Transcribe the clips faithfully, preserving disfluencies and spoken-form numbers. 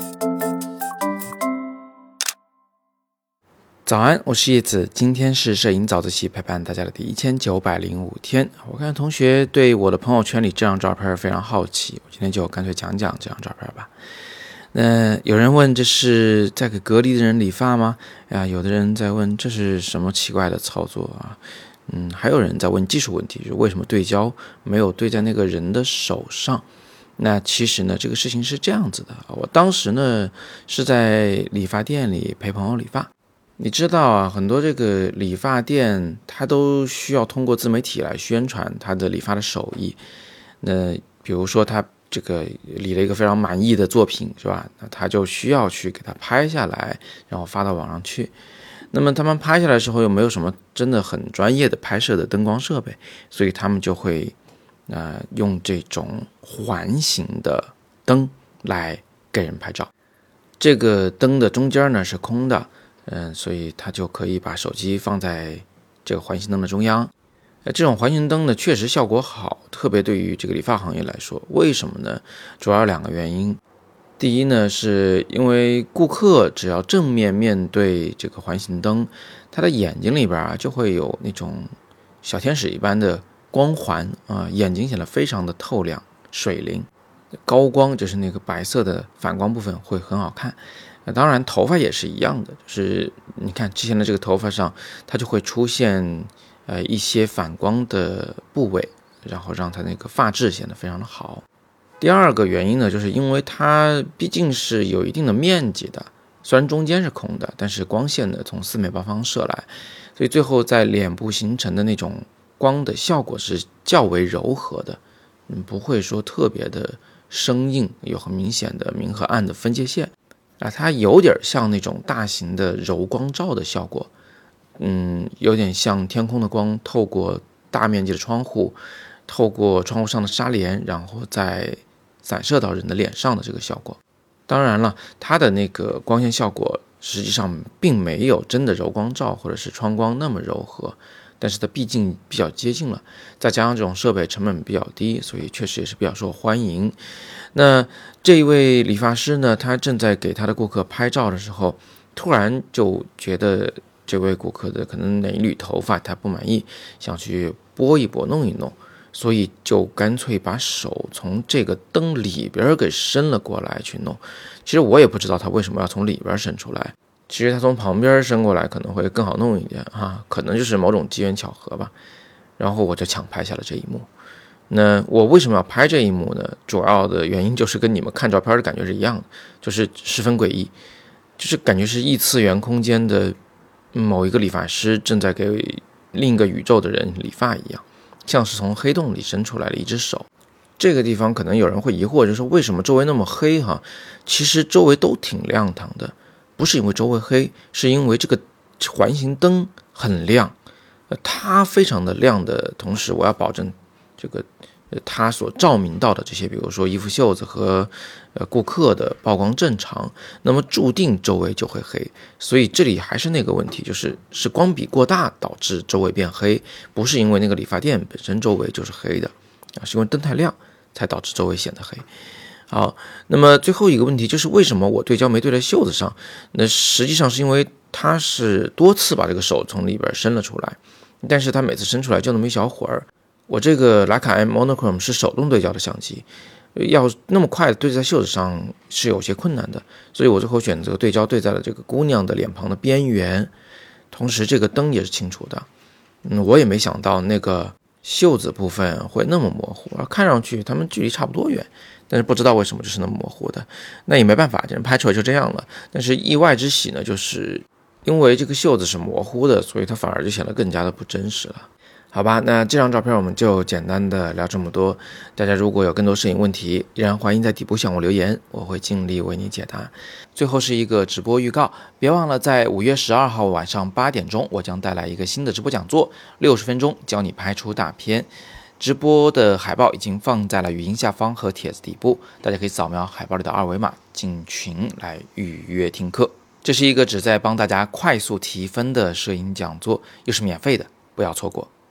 早安，我是叶子，今天是摄影早自习陪伴大家的第一千九百零五天。我看同学对我的朋友圈里这张照片非常好奇，我今天就干脆讲讲这张照片吧。那有人问这是在给隔离的人理发吗？啊，有的人在问这是什么奇怪的操作啊？嗯，还有人在问技术问题，就是为什么对焦没有对在那个人的手上？那其实呢，这个事情是这样子的，我当时呢是在理发店里陪朋友理发。你知道啊，很多这个理发店它都需要通过自媒体来宣传它的理发的手艺。那比如说他这个理了一个非常满意的作品，是吧？那他就需要去给它拍下来，然后发到网上去。那么他们拍下来的时候又没有什么真的很专业的拍摄的灯光设备，所以他们就会呃用这种环形的灯来给人拍照。这个灯的中间呢是空的。嗯，所以他就可以把手机放在这个环形灯的中央。呃，这种环形灯呢，确实效果好，特别对于这个理发行业来说。为什么呢？主要有两个原因。第一呢，是因为顾客只要正面面对这个环形灯，他的眼睛里边啊就会有那种小天使一般的光环啊，眼睛显得非常的透亮、水灵。高光就是那个白色的反光部分会很好看。当然头发也是一样的，就是你看之前的这个头发上它就会出现呃一些反光的部位，然后让它那个发质显得非常的好。第二个原因呢，就是因为它毕竟是有一定的面积的，虽然中间是空的，但是光线呢从四面八方射来，所以最后在脸部形成的那种光的效果是较为柔和的，嗯，不会说特别的生硬，有很明显的明和暗的分界线。啊，它有点像那种大型的柔光罩的效果，嗯，有点像天空的光透过大面积的窗户，透过窗户上的纱帘，然后再散射到人的脸上的这个效果。当然了，它的那个光线效果实际上并没有真的柔光罩或者是窗光那么柔和，但是它毕竟比较接近了，再加上这种设备成本比较低，所以确实也是比较受欢迎。那这一位理发师呢，他正在给他的顾客拍照的时候，突然就觉得这位顾客的可能哪一缕头发他不满意，想去拨一拨弄一弄，所以就干脆把手从这个灯里边给伸了过来去弄。其实我也不知道他为什么要从里边伸出来，其实他从旁边伸过来可能会更好弄一点啊，可能就是某种机缘巧合吧。然后我就抢拍下了这一幕。那我为什么要拍这一幕呢？主要的原因就是跟你们看照片的感觉是一样的，就是十分诡异，就是感觉是异次元空间的某一个理发师正在给另一个宇宙的人理发一样，像是从黑洞里伸出来的一只手。这个地方可能有人会疑惑，就是说为什么周围那么黑哈？其实周围都挺亮堂的，不是因为周围黑，是因为这个环形灯很亮，它非常的亮的同时，我要保证这个它所照明到的这些，比如说衣服袖子和呃顾客的曝光正常，那么注定周围就会黑。所以这里还是那个问题，就是是光比过大导致周围变黑，不是因为那个理发店本身周围就是黑的啊，是因为灯太亮才导致周围显得黑。好，那么最后一个问题就是为什么我对焦没对在袖子上？那实际上是因为他是多次把这个手从里边伸了出来，但是他每次伸出来就那么一小会儿。我这个徕卡 M Monochrome 是手动对焦的相机，要那么快的对在袖子上是有些困难的，所以我最后选择对焦对在了这个姑娘的脸庞的边缘，同时这个灯也是清楚的。嗯，我也没想到那个袖子部分会那么模糊，看上去他们距离差不多远，但是不知道为什么就是那么模糊的。那也没办法，这人拍出来就这样了。但是意外之喜呢，就是因为这个袖子是模糊的，所以它反而就显得更加的不真实了。好吧，那这张照片我们就简单的聊这么多。大家如果有更多摄影问题，依然欢迎在底部向我留言，我会尽力为你解答。最后是一个直播预告，别忘了在五月十二号晚上八点钟，我将带来一个新的直播讲座，六十分钟教你拍出大片。直播的海报已经放在了语音下方和帖子底部，大家可以扫描海报里的二维码进群来预约听课。这是一个旨在帮大家快速提分的摄影讲座，又是免费的，不要错过。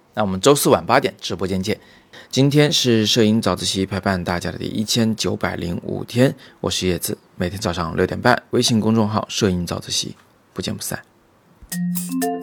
那我们周四晚八点直播间见。今天是摄影早自习陪伴大家的第一千九百零五天，我是叶子，每天早上六点半，微信公众号摄影早自习，不见不散。